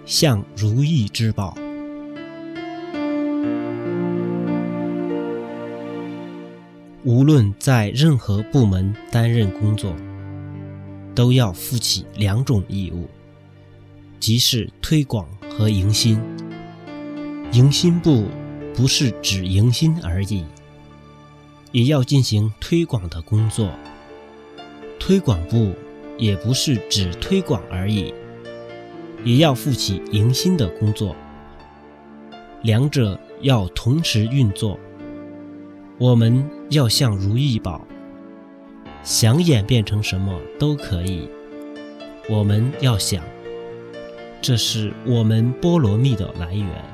向如意之宝。无论在任何部门担任工作，都要负起两种义务，即是推广和迎新。迎新部不是指迎新而已，也要进行推广的工作。推广部也不是只推广而已，也要负起迎新的工作。两者要同时运作。我们要像如意宝，想演变成什么都可以。我们要想，这是我们波罗蜜的来源。